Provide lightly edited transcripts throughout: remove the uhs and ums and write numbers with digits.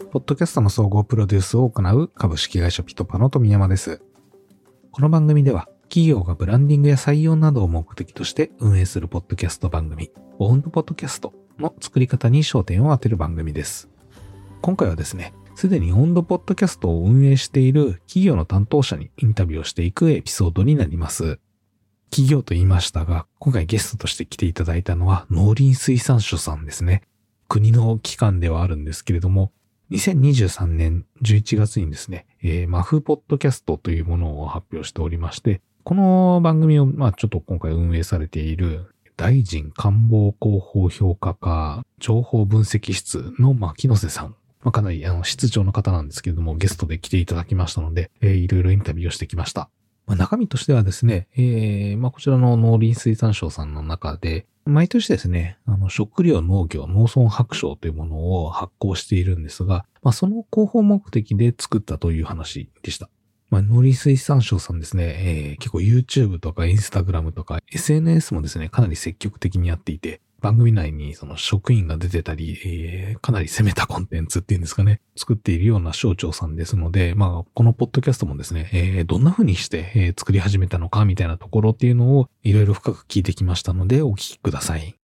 ポッドキャストの総合プロデュースを行う株式会社ピトパの富山です。この番組では企業がブランディングや採用などを目的として運営するポッドキャスト番組、オウンドポッドキャストの作り方に焦点を当てる番組です。今回はですね、すでにオウンドポッドキャストを運営している企業の担当者にインタビューをしていくエピソードになります。企業と言いましたが、今回ゲストとして来ていただいたのは農林水産省さんですね。国の機関ではあるんですけれども、2023年11月にですね、マフポッドキャストというものを発表しておりまして、この番組をちょっと今回運営されている大臣官房広報評価課情報分析室の木瀬さん、かなり室長の方なんですけれども、ゲストで来ていただきましたので、いろいろインタビューをしてきました。中身としてはですね、こちらの農林水産省さんの中で、毎年ですね、食料農業農村白書というものを発行しているんですが、その広報目的で作ったという話でした。農林水産省さんですね、結構 YouTube とか Instagram とか SNS もですね、かなり積極的にやっていて、番組内にその職員が出てたり、かなり攻めたコンテンツっていうんですかね、作っているような省庁さんですので、このポッドキャストもですね、どんな風にして、作り始めたのかみたいなところっていうのをいろいろ深く聞いてきましたので、お聞きください。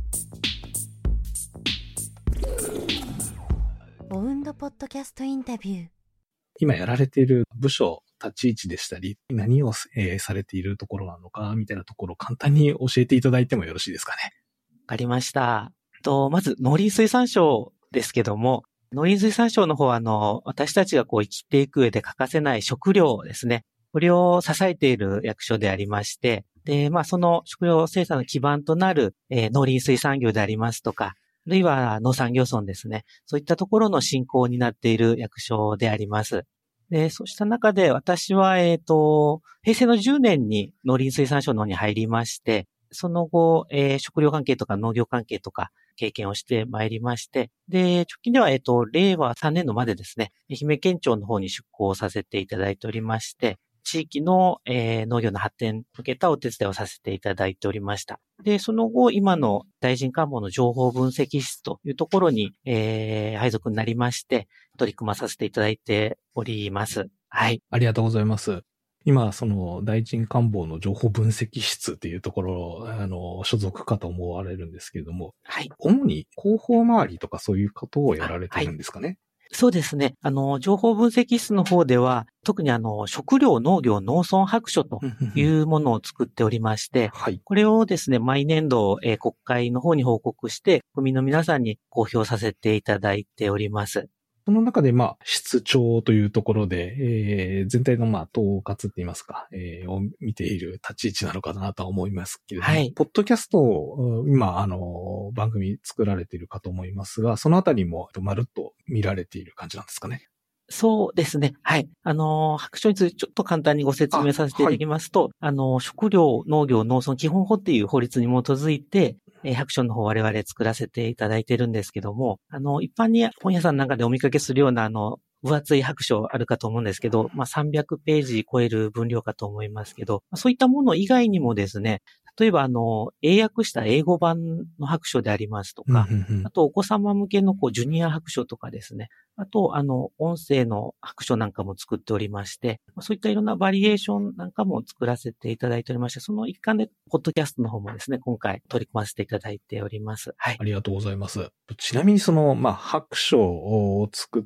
オウンドポッドキャストインタビュー。 今やられている部署、立ち位置でしたり、何を、されているところなのかみたいなところを簡単に教えていただいてもよろしいですかね。 わかりました。まず、農林水産省ですけども、農林水産省の方は、私たちが生きていく上で欠かせない食料ですね。これを支えている役所でありまして、で、その食料生産の基盤となる、農林水産業でありますとか、あるいは農産業村ですね。そういったところの振興を担っている役所であります。で、そうした中で私は、平成の10年に農林水産省の方に入りまして、その後、食料関係とか農業関係とか経験をしてまいりまして、で、直近では、令和3年度までですね、愛媛県庁の方に出向させていただいておりまして、地域の、農業の発展に向けたお手伝いをさせていただいておりました。で、その後、今の大臣官房の情報分析室というところに、配属になりまして、取り組まさせていただいております。はい。 ありがとうございます。今、その大臣官房の情報分析室っていうところ、所属かと思われるんですけれども、 はい。 主に広報周りとかそういうことをやられてるんですかね。 そうですね。情報分析室の方では、特に食料農業農村白書というものを作っておりまして、 はい、 これをですね、毎年度、国会の方に報告して、国民の皆さんに公表させていただいております。 その中で、室長というところで、全体の統括って言いますか、を見ている立ち位置なのかなとは思いますけれども、はい、ポッドキャストを今、番組作られているかと思いますが、そのあたりもまるっと見られている感じなんですかね。 そうですね。はい。白書についてちょっと簡単にご説明させていただきますと、はい、食料、農業、農村基本法っていう法律に基づいて、白書の方我々作らせていただいてるんですけども、一般に本屋さんなんかでお見かけするような分厚い白書あるかと思うんですけど、300ページ超える分量かと思いますけど、そういったもの以外にもですね、例えば英訳した英語版の白書でありますとか、あとお子様向けのジュニア白書とかですね、あと音声の白書なんかも作っておりまして、そういったいろんなバリエーションなんかも作らせていただいておりまして、その一環でポッドキャストの方もですね、今回取り組ませていただいております。はい。 ありがとうございます。ちなみに白書を作って、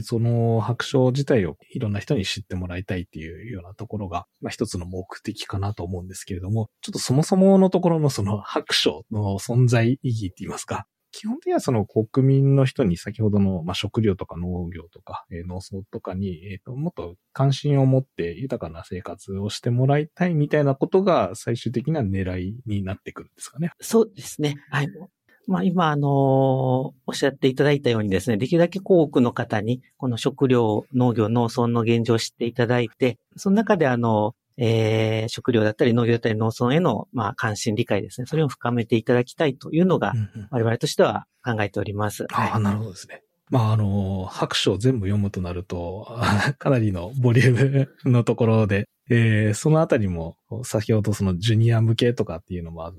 その白書自体をいろんな人に知ってもらいたいっていうようなところが、一つの目的かなと思うんですけれども、ちょっとそもそものところのその白書の存在意義って言いますか、基本的にはその国民の人に先ほどの食料とか農業とか農村とかにもっと関心を持って豊かな生活をしてもらいたいみたいなことが最終的な狙いになってくるんですかね。 そうですね。はい。今おっしゃっていただいたようにですね、できるだけ多くの方にこの食料、農業、農村の現状を知っていただいて、その中で食料だったり農業だったり農村への関心理解ですね。それを深めていただきたいというのが我々としては考えております。 なるほどですね。白書を全部読むとなると、かなりのボリュームのところで、そのあたりも先ほどそのジュニア向けとかっていうのもあると思うんで、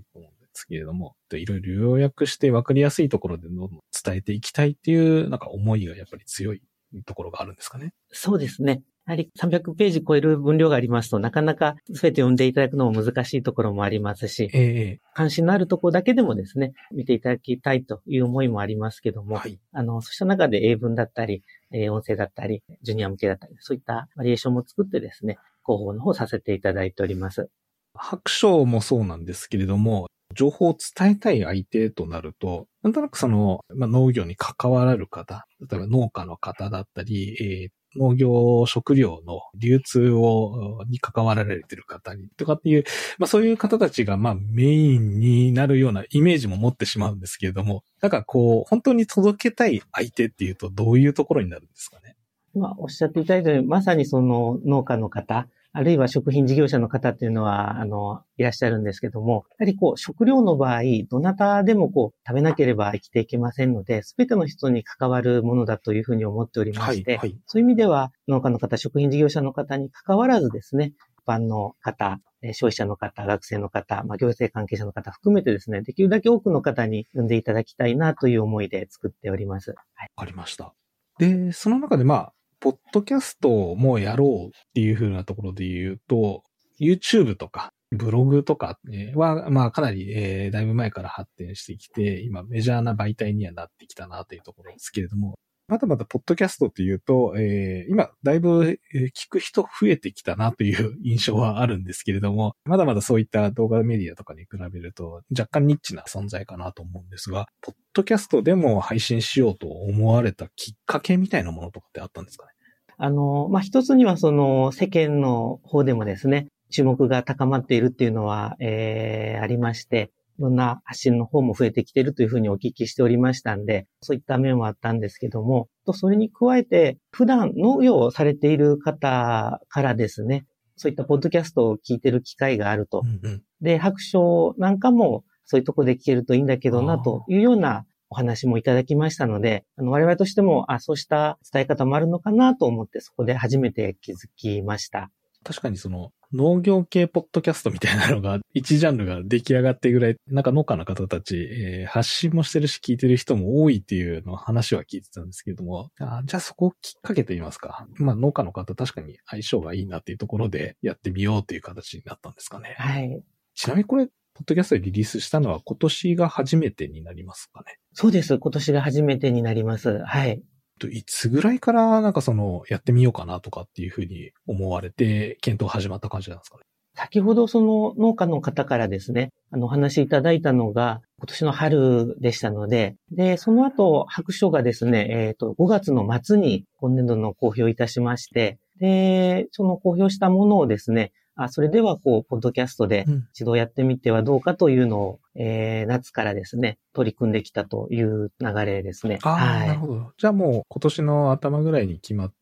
ですけれども、いろいろ要約して分かりやすいところでどんどん伝えていきたいっていう、なんか思いがやっぱり強いところがあるんですかね。 そうですね。やはり300ページ超える分量がありますと、なかなか全て読んでいただくのも難しいところもありますし、関心のあるところだけでもですね、見ていただきたいという思いもありますけども、はい、そうした中で英文だったり、音声だったり、ジュニア向けだったり、そういったバリエーションも作ってですね、広報の方させていただいております。 白書もそうなんですけれども、情報を伝えたい相手となると、なんとなく農業に関わる方、例えば農家の方だったり、農業食料の流通に関わられている方にとかっていう、そういう方たちがメインになるようなイメージも持ってしまうんですけれども、なんか本当に届けたい相手っていうとどういうところになるんですかね。 今おっしゃっていただいたように、まさにその農家の方、あるいは食品事業者の方っていうのは、いらっしゃるんですけども、やはり食料の場合、どなたでも食べなければ生きていけませんので、すべての人に関わるものだというふうに思っておりまして、そういう意味では、農家の方、食品事業者の方に関わらずですね、一般の方、消費者の方、学生の方、行政関係者の方含めてですね、できるだけ多くの方に読んでいただきたいなという思いで作っております。 はい。わかりました。で、その中でポッドキャストもやろうっていう風なところで言うと、YouTube とかブログとかは、かなり、だいぶ前から発展してきて、今メジャーな媒体にはなってきたなというところですけれども、まだまだポッドキャストっていうと、今だいぶ聞く人増えてきたなという印象はあるんですけれども、まだまだそういった動画メディアとかに比べると若干ニッチな存在かなと思うんですが、ポッドキャストでも配信しようと思われたきっかけみたいなものとかってあったんですかね。 一つには世間の方でもですね、注目が高まっているっていうのは、ありまして、いろんな発信の方も増えてきているというふうにお聞きしておりましたんで、そういった面はあったんですけども、それに加えて、普段農業をされている方からですね、そういったポッドキャストを聞いている機会があると。で、白書なんかもそういうとこで聞けるといいんだけどな、というようなお話もいただきましたので、我々としても、そうした伝え方もあるのかなと思って、そこで初めて気づきました。 確かに農業系ポッドキャストみたいなのが、一ジャンルが出来上がってぐらい、なんか農家の方たち、発信もしてるし聞いてる人も多いっていうの話は聞いてたんですけれども、じゃあそこをきっかけと言いますか。農家の方確かに相性がいいなっていうところでやってみようという形になったんですかね。 はい。 ちなみにこれ、ポッドキャストでリリースしたのは今年が初めてになりますかね。 そうです。今年が初めてになります。はい。 いつぐらいからなんかやってみようかなとかっていうふうに思われて検討始まった感じなんですかね。 先ほど農家の方からですね、お話しいただいたのが今年の春でしたので、で、その後白書がですね、5月の末に今年度の公表いたしまして、で、その公表したものをですね、それではポッドキャストで一度やってみてはどうかというのを、夏からですね、取り組んできたという流れですね。 はい。なるほど。じゃあもう今年の頭ぐらいに決まって、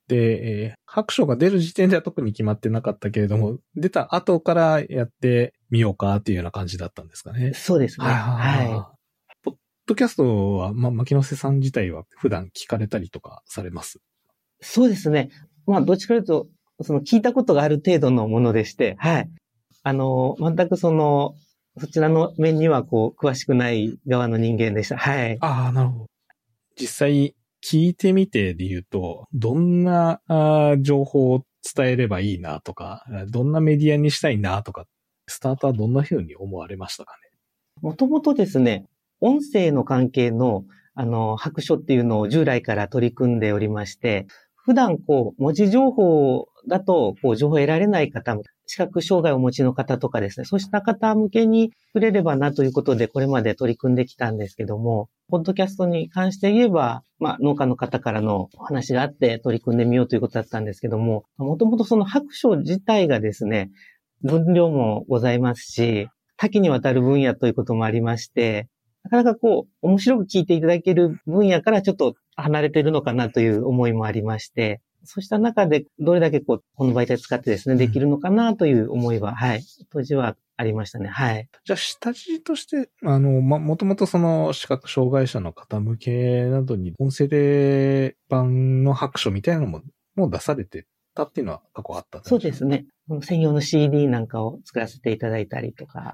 白書が出る時点では特に決まってなかったけれども、出た後からやってみようかっていうような感じだったんですかね。 そうですね。はい。 ポッドキャストは、牧野瀬さん自体は普段聞かれたりとかされます？ そうですね。どっちかというと、聞いたことがある程度のものでして、はい。全くそちらの面には詳しくない側の人間でした。はい。 なるほど。実際聞いてみてで言うと、どんな情報を伝えればいいなとか、どんなメディアにしたいなとか、スタートはどんな風に思われましたかね。 もともとですね、音声の関係の白書っていうのを従来から取り組んでおりまして、普段文字情報だと情報を得られない方も、視覚障害をお持ちの方とかですね、そうした方向けに触れればなということでこれまで取り組んできたんですけども、ポッドキャストに関して言えば、農家の方からのお話があって取り組んでみようということだったんですけども、もともとその白書自体がですね、分量もございますし、多岐にわたる分野ということもありまして、なかなか面白く聞いていただける分野からちょっと離れているのかなという思いもありまして、そうした中でどれだけこの媒体使ってですね、できるのかなという思いは、はい、当時はありましたね。はい。 じゃあ、下地として、もともと視覚障害者の方向けなどに音声で版の白書みたいなのもう出されてたっていうのは過去あったんですか？ そうですね。専用の CD なんかを作らせていただいたりとか。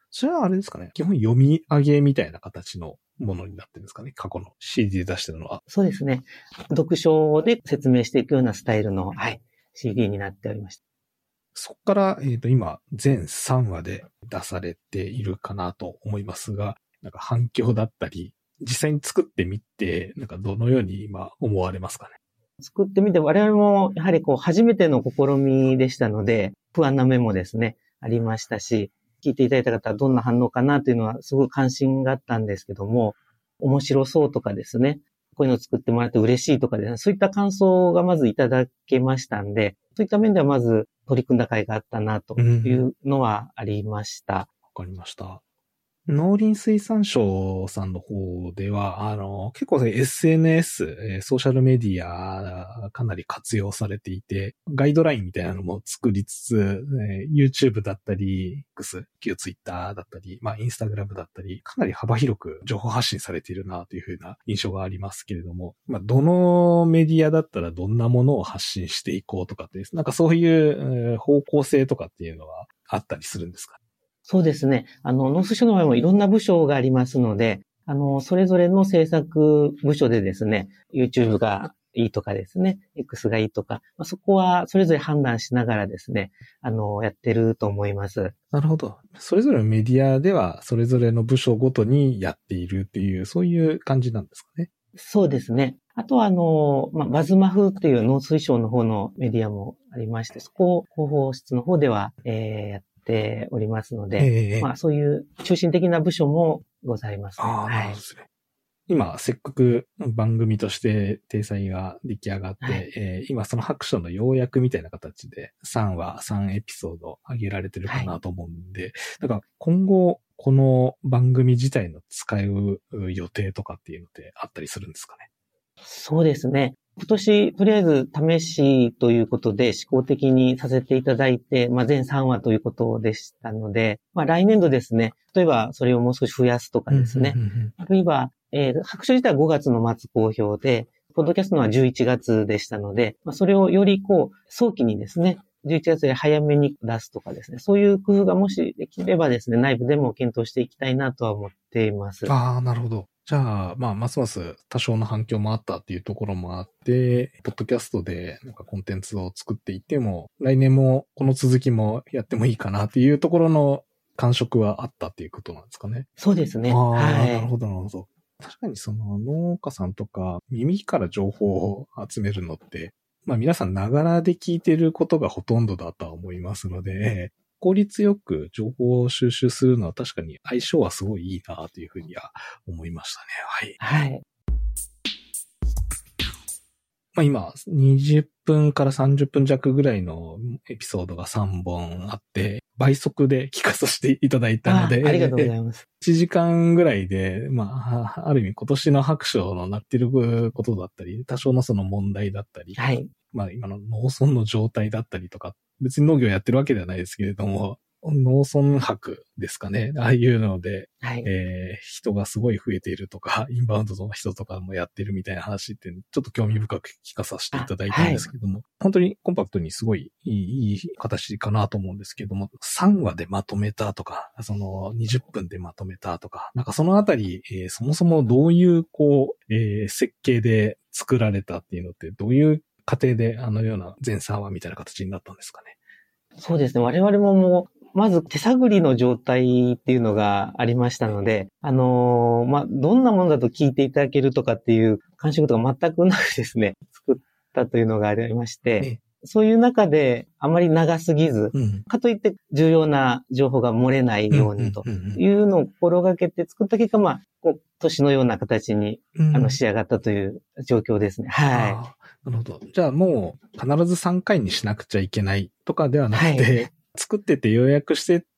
それはあれですかね。基本読み上げみたいな形のものになってるんですかね。過去の CD で出してるのは。 そうですね。読書で説明していくようなスタイルの、はい、CD になっておりました。 そこから、今、全3話で出されているかなと思いますが、なんか反響だったり、実際に作ってみて、なんかどのように今思われますかね。 作ってみて、我々もやはり初めての試みでしたので、不安な面もですね、ありましたし、聞いていただいた方はどんな反応かなというのはすごい関心があったんですけども、面白そうとかですね、こういうのを作ってもらって嬉しいとかですね、そういった感想がまずいただけましたんで、そういった面ではまず取り組んだ甲斐があったなというのはありました。 わかりました。農林水産省さんの方では、結構 SNS、ソーシャルメディアかなり活用されていて、ガイドラインみたいなのも作りつつ、YouTube だったり、X、旧 Twitter だったり、Instagram だったり、かなり幅広く情報発信されているなというふうな印象がありますけれども、どのメディアだったらどんなものを発信していこうとかって、なんかそういう方向性とかっていうのはあったりするんですか？ そうですね。農水省の場合もいろんな部署がありますので、それぞれの制作部署でですね、YouTube がいいとかですね、X がいいとか、そこはそれぞれ判断しながらですね、やってると思います。 なるほど。それぞれのメディアでは、それぞれの部署ごとにやっているっていう、そういう感じなんですかね。 そうですね。あとはバズマフっていう農水省の方のメディアもありまして、そこを広報室の方では、やっておりますので、そういう中心的な部署もございます、ね。 なるほどですね。今、せっかく番組として体裁が出来上がって、今その白書の要約みたいな形で3話、3エピソード上げられてるかなと思うんで、だから今後、この番組自体の使う予定とかっていうのってあったりするんですかね？ そうですね。今年、とりあえず試しということで試行的にさせていただいて、全3話ということでしたので、来年度ですね、例えばそれをもう少し増やすとかですね、あるいは、白書自体は5月の末公表で、ポッドキャストのは11月でしたので、それをより早期にですね、11月より早めに出すとかですね、そういう工夫がもしできればですね、内部でも検討していきたいなとは思っています。 なるほど。じゃあ、ますます多少の反響もあったっていうところもあって、ポッドキャストでなんかコンテンツを作っていっても、来年もこの続きもやってもいいかなっていうところの感触はあったっていうことなんですかね。 そうですね。 なるほど、なるほど。確かにその農家さんとか耳から情報を集めるのって、皆さんながらで聞いてることがほとんどだとは思いますので、効率よく情報を収集するのは確かに相性はすごいいいなというふうには思いましたね。 はい。 今、20分から30分弱ぐらいのエピソードが3本あって、倍速で聞かさせていただいたので、 ありがとうございます。 1時間ぐらいで、ある意味今年の白書のなってることだったり、多少のその問題だったり、今の農村の状態だったりとか、別に農業やってるわけではないですけれども、農村博ですかね。ああいうので、人がすごい増えているとか、インバウンドの人とかもやってるみたいな話って、ちょっと興味深く聞かさせていただいたんですけども、本当にコンパクトにすごいいい形かなと思うんですけども、3話でまとめたとか、その20分でまとめたとか、なんかそのあたり、そもそもどういう設計で作られたっていうのって、どういう過程であのような全3話みたいな形になったんですかね？ そうですね。我々もまず手探りの状態っていうのがありましたので、どんなものだと聞いていただけるとかっていう感触とか全くなくですね、作ったというのがありまして、そういう中であまり長すぎず、かといって重要な情報が漏れないようにというのを心がけて作った結果、年のような形に仕上がったという状況ですね。 なるほど。じゃあもう必ず3回にしなくちゃいけないとかではなくて、作ってて予約してって、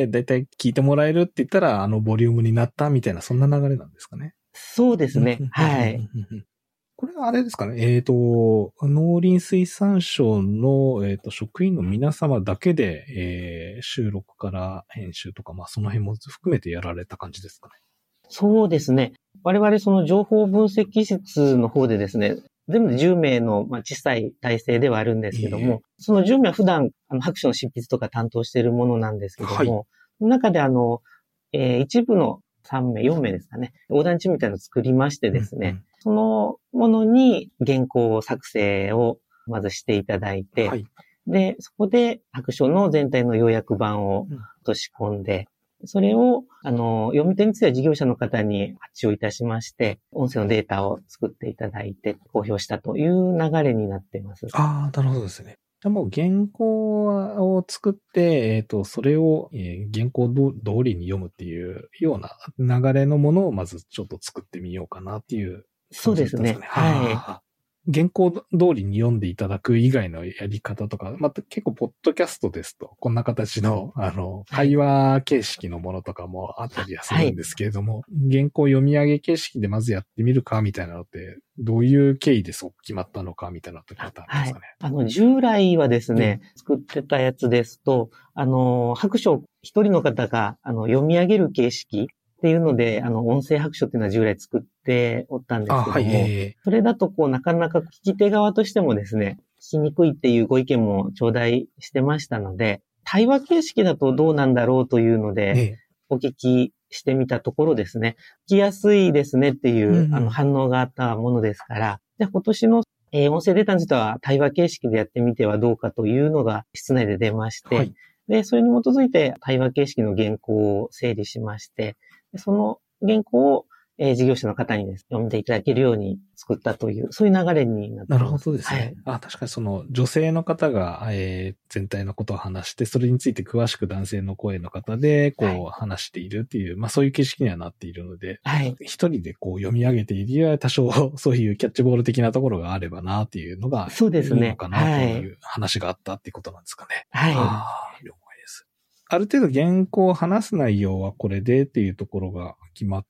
だいたい聞いてもらえるって言ったらボリュームになったみたいな、そんな流れなんですかね？ そうですね。 これはあれですかね。農林水産省の、職員の皆様だけで、収録から編集とか、その辺も含めてやられた感じですかね？ そうですね。我々その情報分析室の方でですね、全部で10名の小さい体制ではあるんですけども、その10名は普段白書の執筆とか担当しているものなんですけども、その中で一部の3名、4名ですかね、横断地みたいなのを作りましてですね、そのものに原稿作成をまずしていただいて、で、そこで白書の全体の要約版を落とし込んで、それを、読み手については事業者の方に発注いたしまして、音声のデータを作っていただいて、公表したという流れになっています。 なるほどですね。じゃあもう原稿を作って、それを、原稿通りに読むっていうような流れのものをまずちょっと作ってみようかなっていうそうですね。 はい。原稿通りに読んでいただく以外のやり方とか、また結構ポッドキャストですと、こんな形の、会話形式のものとかもあったりはするんですけれども、原稿読み上げ形式でまずやってみるかみたいなのって、どういう経緯でそう決まったのかみたいなのってあったんですかね。 従来はですね、作ってたやつですと、白書一人の方が、読み上げる形式、っていうので、音声白書っていうのは従来作っておったんですけども、それだとなかなか聞き手側としてもですね、聞きにくいっていうご意見も頂戴してましたので、対話形式だとどうなんだろうというので、お聞きしてみたところですね、聞きやすいですねっていう、反応があったものですから、で今年の、音声データについては対話形式でやってみてはどうかというのが室内で出まして、で、それに基づいて対話形式の原稿を整理しまして、その原稿を、事業者の方にです、読んでいただけるように作ったという、そういう流れになっています。 なるほどですね。確かにその女性の方が、全体のことを話して、それについて詳しく男性の声の方で、話しているっていう、そういう形式にはなっているので、一人で読み上げているよりは多少そういうキャッチボール的なところがあればなっていうのが、 そうですね。 いいのかなという話があったっていうことなんですかね。了解です。ある程度原稿を話す内容はこれでっていうところが決まって、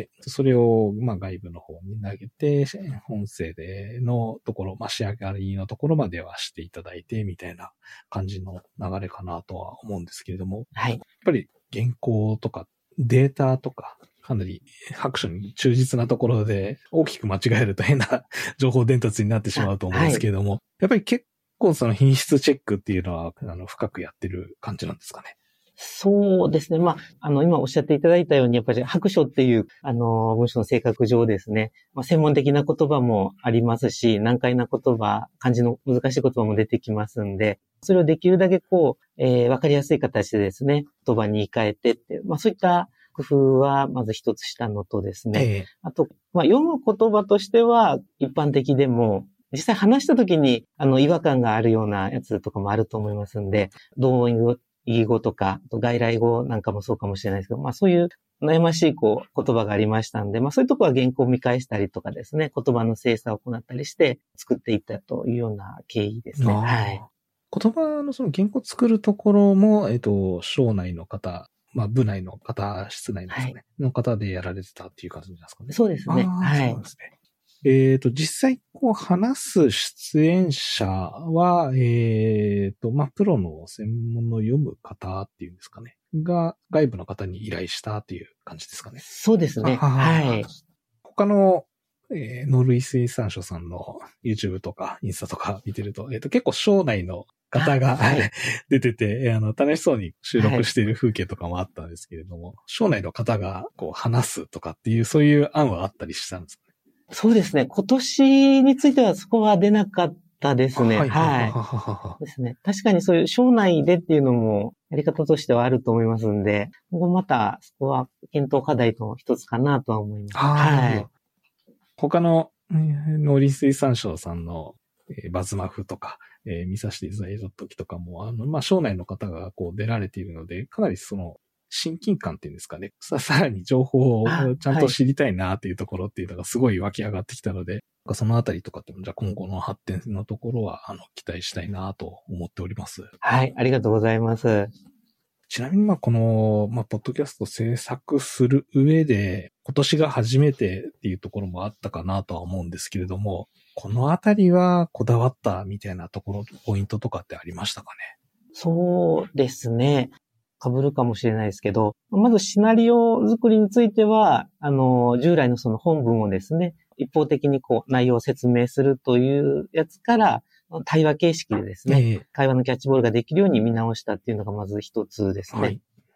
それを外部の方に投げて、本声でのところ、仕上がりのところまではしていただいてみたいな感じの流れかなとは思うんですけれども、やっぱり原稿とかデータとか、かなり白書に忠実なところで大きく間違えると変な情報伝達になってしまうと思うんですけれども、やっぱり結構その品質チェックっていうのは深くやってる感じなんですかね。 そうですね。今おっしゃっていただいたように、やっぱり白書っていう、文章の性格上ですね、専門的な言葉もありますし、難解な言葉、漢字の難しい言葉も出てきますんで、それをできるだけわかりやすい形でですね、言葉に言い換えてって、そういった工夫はまず一つしたのとですね、あと、読む言葉としては一般的でも、実際話した時に、違和感があるようなやつとかもあると思いますんで、同音異義語とか、外来語なんかもそうかもしれないですけど、そういう悩ましい言葉がありましたんで、そういうところは原稿を見返したりとかですね、言葉の精査を行ったりして作っていったというような経緯ですね。 言葉のその原稿を作るところも、省内の方、部内の方、室内のですね、の方でやられてたっていう感じですかね。 そうですね。 そうですね。実際話す出演者は、プロの専門の読む方っていうんですかね。が、外部の方に依頼したっていう感じですかね。 そうですね。 他の、農林水産省さんの YouTube とかインスタとか見てると、結構省内の方が出てて、楽しそうに収録している風景とかもあったんですけれども、省内の方が話すとかっていう、そういう案はあったりしたんですかね。 そうですね。今年についてはそこは出なかったですね。ですね。確かにそういう省内でっていうのもやり方としてはあると思いますんで、今後またそこは検討課題の一つかなとは思います。 他の農林水産省さんのバズマフとか、見させていただいた時とかも、省内の方が出られているので、かなり親近感っていうんですかね。さらに情報をちゃんと知りたいなっていうところっていうのがすごい湧き上がってきたので、そのあたりとかっても、じゃあ今後の発展のところは、期待したいなと思っております。 はい、ありがとうございます。 ちなみにこの、ポッドキャスト制作する上で、今年が初めてっていうところもあったかなとは思うんですけれども、このあたりはこだわったみたいなところ、ポイントとかってありましたかね？ そうですね。被るかもしれないですけど、まずシナリオ作りについては、従来のその本文をですね、一方的に内容を説明するというやつから、対話形式でですね、会話のキャッチボールができるように見直したっていうのがまず一つですね。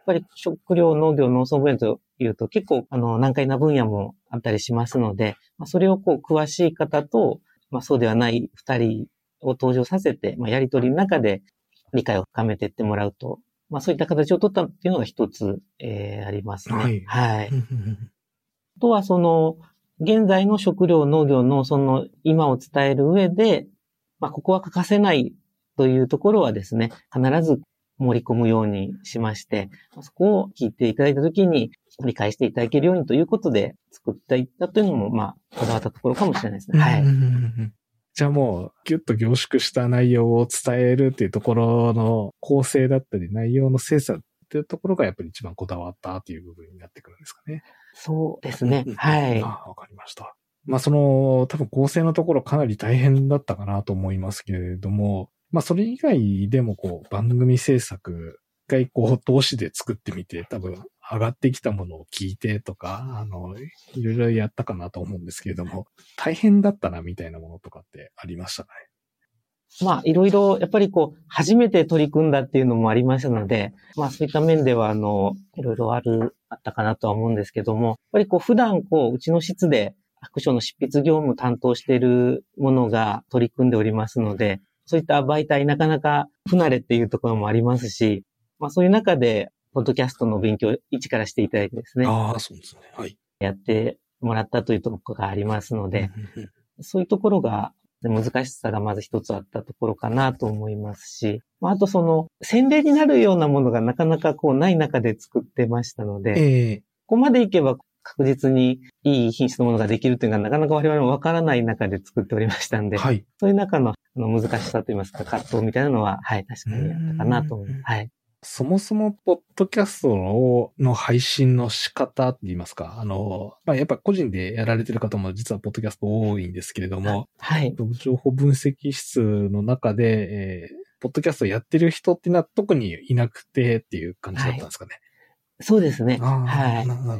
ぱり食料、農業、農村分野というと結構難解な分野もあったりしますので、それを詳しい方と、そうではない二人を登場させて、やりとりの中で理解を深めていってもらうと、そういった形を取ったっていうのが一つ、ありますね。 はい。 はい。あとは現在の食料、農業の今を伝える上で、ここは欠かせないというところはですね、必ず盛り込むようにしまして、そこを聞いていただいたときに理解していただけるようにということで作っていったというのも、こだわったところかもしれないですね。はい。 じゃあもう、ギュッと凝縮した内容を伝えるっていうところの構成だったり、内容の精査っていうところがやっぱり一番こだわったっていう部分になってくるんですかね。 そうですね。はい。 わかりました。多分構成のところかなり大変だったかなと思いますけれども、それ以外でも番組制作一回投資で作ってみて、多分上がってきたものを聞いてとか、いろいろやったかなと思うんですけれども、大変だったなみたいなものとかってありましたね。 いろいろ、やっぱり初めて取り組んだっていうのもありましたので、そういった面では、いろいろあったかなとは思うんですけども、やっぱり普段うちの室で白書の執筆業務担当しているものが取り組んでおりますので、そういった媒体なかなか不慣れっていうところもありますし、そういう中で、ポッドキャストの勉強を一からしていただいてですね。 そうですね。はい。 やってもらったというところがありますので、そういうところが、難しさがまず一つあったところかなと思いますし、あと洗礼になるようなものがなかなかない中で作ってましたので、ここまでいけば確実にいい品質のものができるというのがなかなか我々もわからない中で作っておりましたんで、はい、そういう中の難しさといいますか葛藤みたいなのは、はい、確かにあったかなと思います。はい。 そもそも、ポッドキャストの配信の仕方って言いますか、やっぱ個人でやられてる方も実はポッドキャスト多いんですけれども、 はい。 情報分析室の中で、ポッドキャストやってる人っていうのは特にいなくてっていう感じだったんですかね。 はい、そうですね。はい。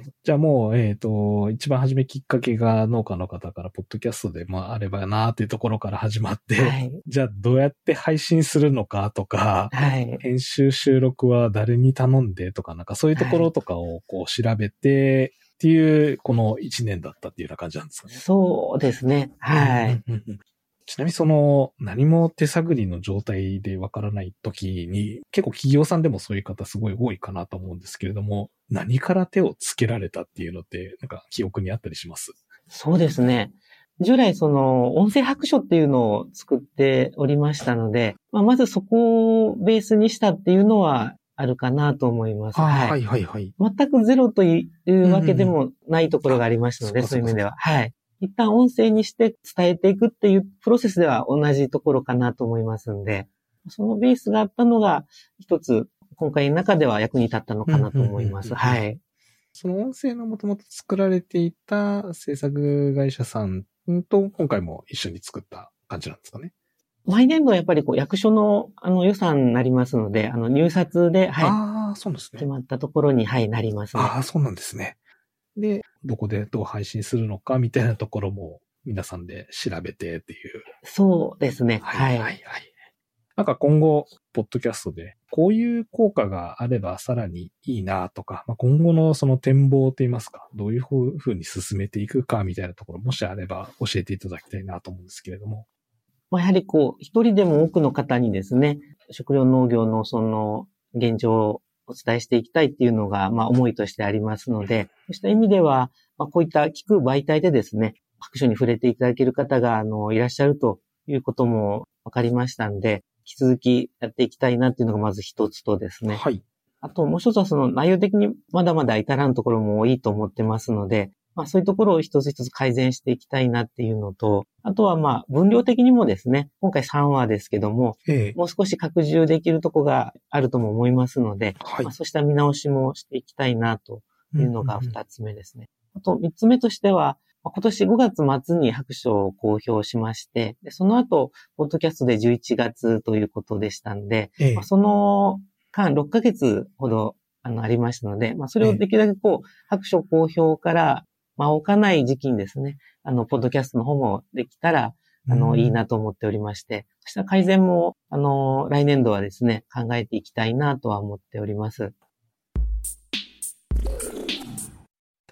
じゃあもう、一番初めきっかけが農家の方からポッドキャストでもあればなっていうところから始まって、はい、じゃあどうやって配信するのかとか、はい、編集収録は誰に頼んでとか、そういうところとかを調べてっていう、この1年だったっていうような感じなんですかね。 そうですね。はい。 ちなみに何も手探りの状態でわからない時に、結構企業さんでもそういう方すごい多いかなと思うんですけれども、何から手をつけられたっていうのって、記憶にあったりします？ そうですね。従来音声白書っていうのを作っておりましたので、まずそこをベースにしたっていうのはあるかなと思います。 はい。 全くゼロというわけでもないところがありましたので、そういう面では。はい。一旦音声にして伝えていくっていうプロセスでは同じところかなと思いますんで、そのベースがあったのが一つ今回の中では役に立ったのかなと思います。はい。 その音声のもともと作られていた制作会社さんと今回も一緒に作った感じなんですかね。 毎年度はやっぱり役所の予算になりますので、入札で、 はい。そうですね。 決まったところに、はい、なりますね。 そうなんですね。で、どこでどう配信するのかみたいなところも皆さんで調べてっていう。 そうですね。はい。 今後、ポッドキャストでこういう効果があればさらにいいなとか、今後の展望といいますか、どういうふうに進めていくかみたいなところ、もしあれば教えていただきたいなと思うんですけれども。 やはり一人でも多くの方にですね、食料農業の現状をお伝えしていきたいっていうのが、思いとしてありますので、そうした意味では、こういった聞く媒体でですね、白書に触れていただける方が、いらっしゃるということも分かりましたんで、引き続きやっていきたいなっていうのがまず一つとですね。 はい。 あともう一つは内容的にまだまだ至らんところも多いと思ってますので、そういうところを一つ一つ改善していきたいなっていうのと、あとは分量的にもですね、今回3話ですけども、もう少し拡充できるところがあるとも思いますので、はい、そうした見直しもしていきたいなというのが2つ目ですね。あと3つ目としては、今年5月末に白書を公表しまして、でその後、ポッドキャストで11月ということでしたんで、その間6ヶ月ほどありましたので、それをできるだけ白書公表から置かない時期にですね、ポッドキャストの方もできたら、いいなと思っておりまして、そしたら改善も、来年度はですね、考えていきたいなとは思っております。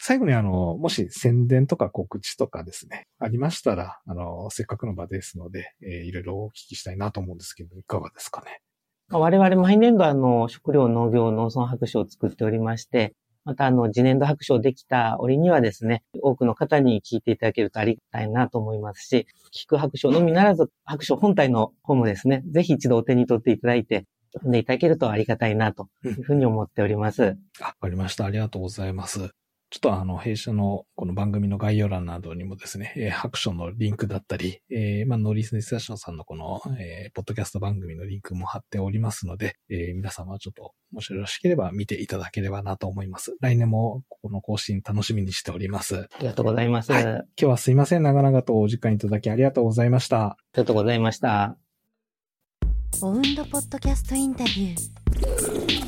最後にもし宣伝とか告知とかですね、ありましたら、せっかくの場ですので、いろいろお聞きしたいなと思うんですけど、いかがですかね。 我々毎年度食料農業農村白書を作っておりまして、また次年度白書できた折にはですね、多くの方に聞いていただけるとありがたいなと思いますし、聞く白書のみならず白書本体の方もですね、ぜひ一度お手に取っていただいて、読んでいただけるとありがたいなというふうに思っております。 わかりました。ありがとうございます。ちょっと弊社のこの番組の概要欄などにもですね、白書のリンクだったり、農林水産省さんのこの、ポッドキャスト番組のリンクも貼っておりますので、皆様ちょっともしよろしければ見ていただければなと思います。来年もこの更新楽しみにしております。 ありがとうございます。 はい、今日はすいません。長々とお時間いただきありがとうございました。 ありがとうございました。 オウンドポッドキャストインタビュー。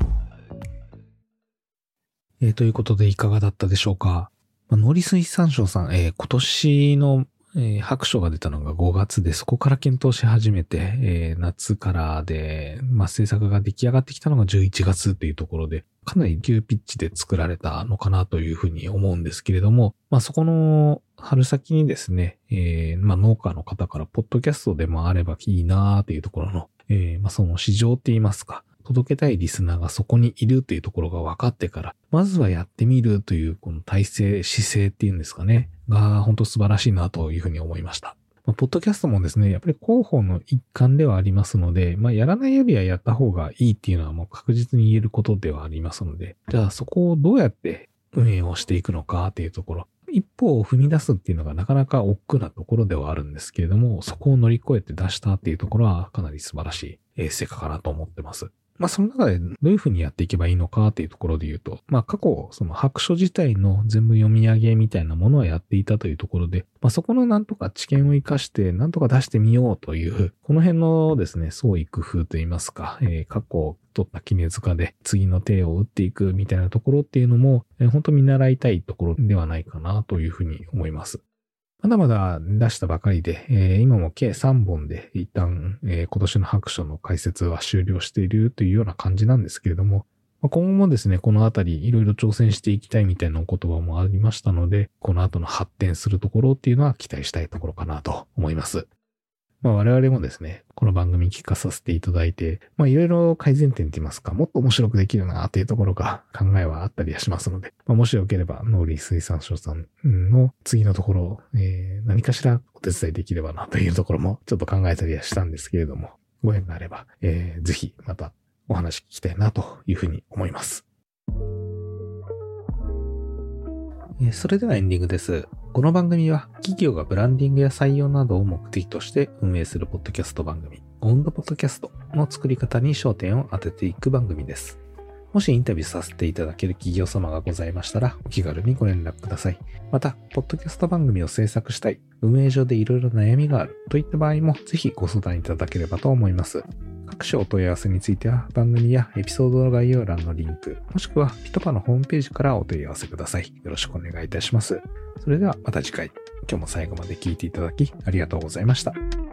ということでいかがだったでしょうか。農林水産省さん、今年の、白書が出たのが5月で、そこから検討し始めて、夏からで、制作が出来上がってきたのが11月というところで、かなり急ピッチで作られたのかなというふうに思うんですけれども、そこの春先にですね、農家の方からポッドキャストでもあればいいなというところの、その市場って言いますか、届けたいリスナーがそこにいるというところが分かってから、まずはやってみるというこの体制、姿勢っていうんですかね、が本当素晴らしいなというふうに思いました。ポッドキャストもですね、やっぱり広報の一環ではありますので、やらないよりはやった方がいいっていうのはもう確実に言えることではありますので、じゃあそこをどうやって運営をしていくのかっていうところ、一歩を踏み出すっていうのがなかなか億劫なところではあるんですけれども、そこを乗り越えて出したっていうところはかなり素晴らしい成果かなと思ってます。その中でどういうふうにやっていけばいいのかっていうところで言うと、過去、その白書自体の全部読み上げみたいなものはやっていたというところで、そこのなんとか知見を活かしてなんとか出してみようという、この辺のですね、創意工夫といいますか、過去取った杵塚で次の手を打っていくみたいなところっていうのも、本当見習いたいところではないかなというふうに思います。まだまだ出したばかりで、今も計3本で一旦、今年の白書の解説は終了しているというような感じなんですけれども、今後もですね、このあたりいろいろ挑戦していきたいみたいなお言葉もありましたので、この後の発展するところっていうのは期待したいところかなと思います。我々もですね、この番組聞かさせていただいて、いろいろ改善点といいますか、もっと面白くできるなというところが考えはあったりはしますので、もしよければ農林水産省さんの次のところを、何かしらお手伝いできればなというところもちょっと考えたりはしたんですけれども、ご縁があれば、ぜひまたお話聞きたいなというふうに思います。それではエンディングです。この番組は企業がブランディングや採用などを目的として運営するポッドキャスト番組、オウンドポッドキャストの作り方に焦点を当てていく番組です。もしインタビューさせていただける企業様がございましたら、お気軽にご連絡ください。また、ポッドキャスト番組を制作したい、運営上でいろいろ悩みがあるといった場合も、ぜひご相談いただければと思います。各種お問い合わせについては、番組やエピソードの概要欄のリンク、もしくはピトパのホームページからお問い合わせください。よろしくお願いいたします。それではまた次回。今日も最後まで聞いていただきありがとうございました。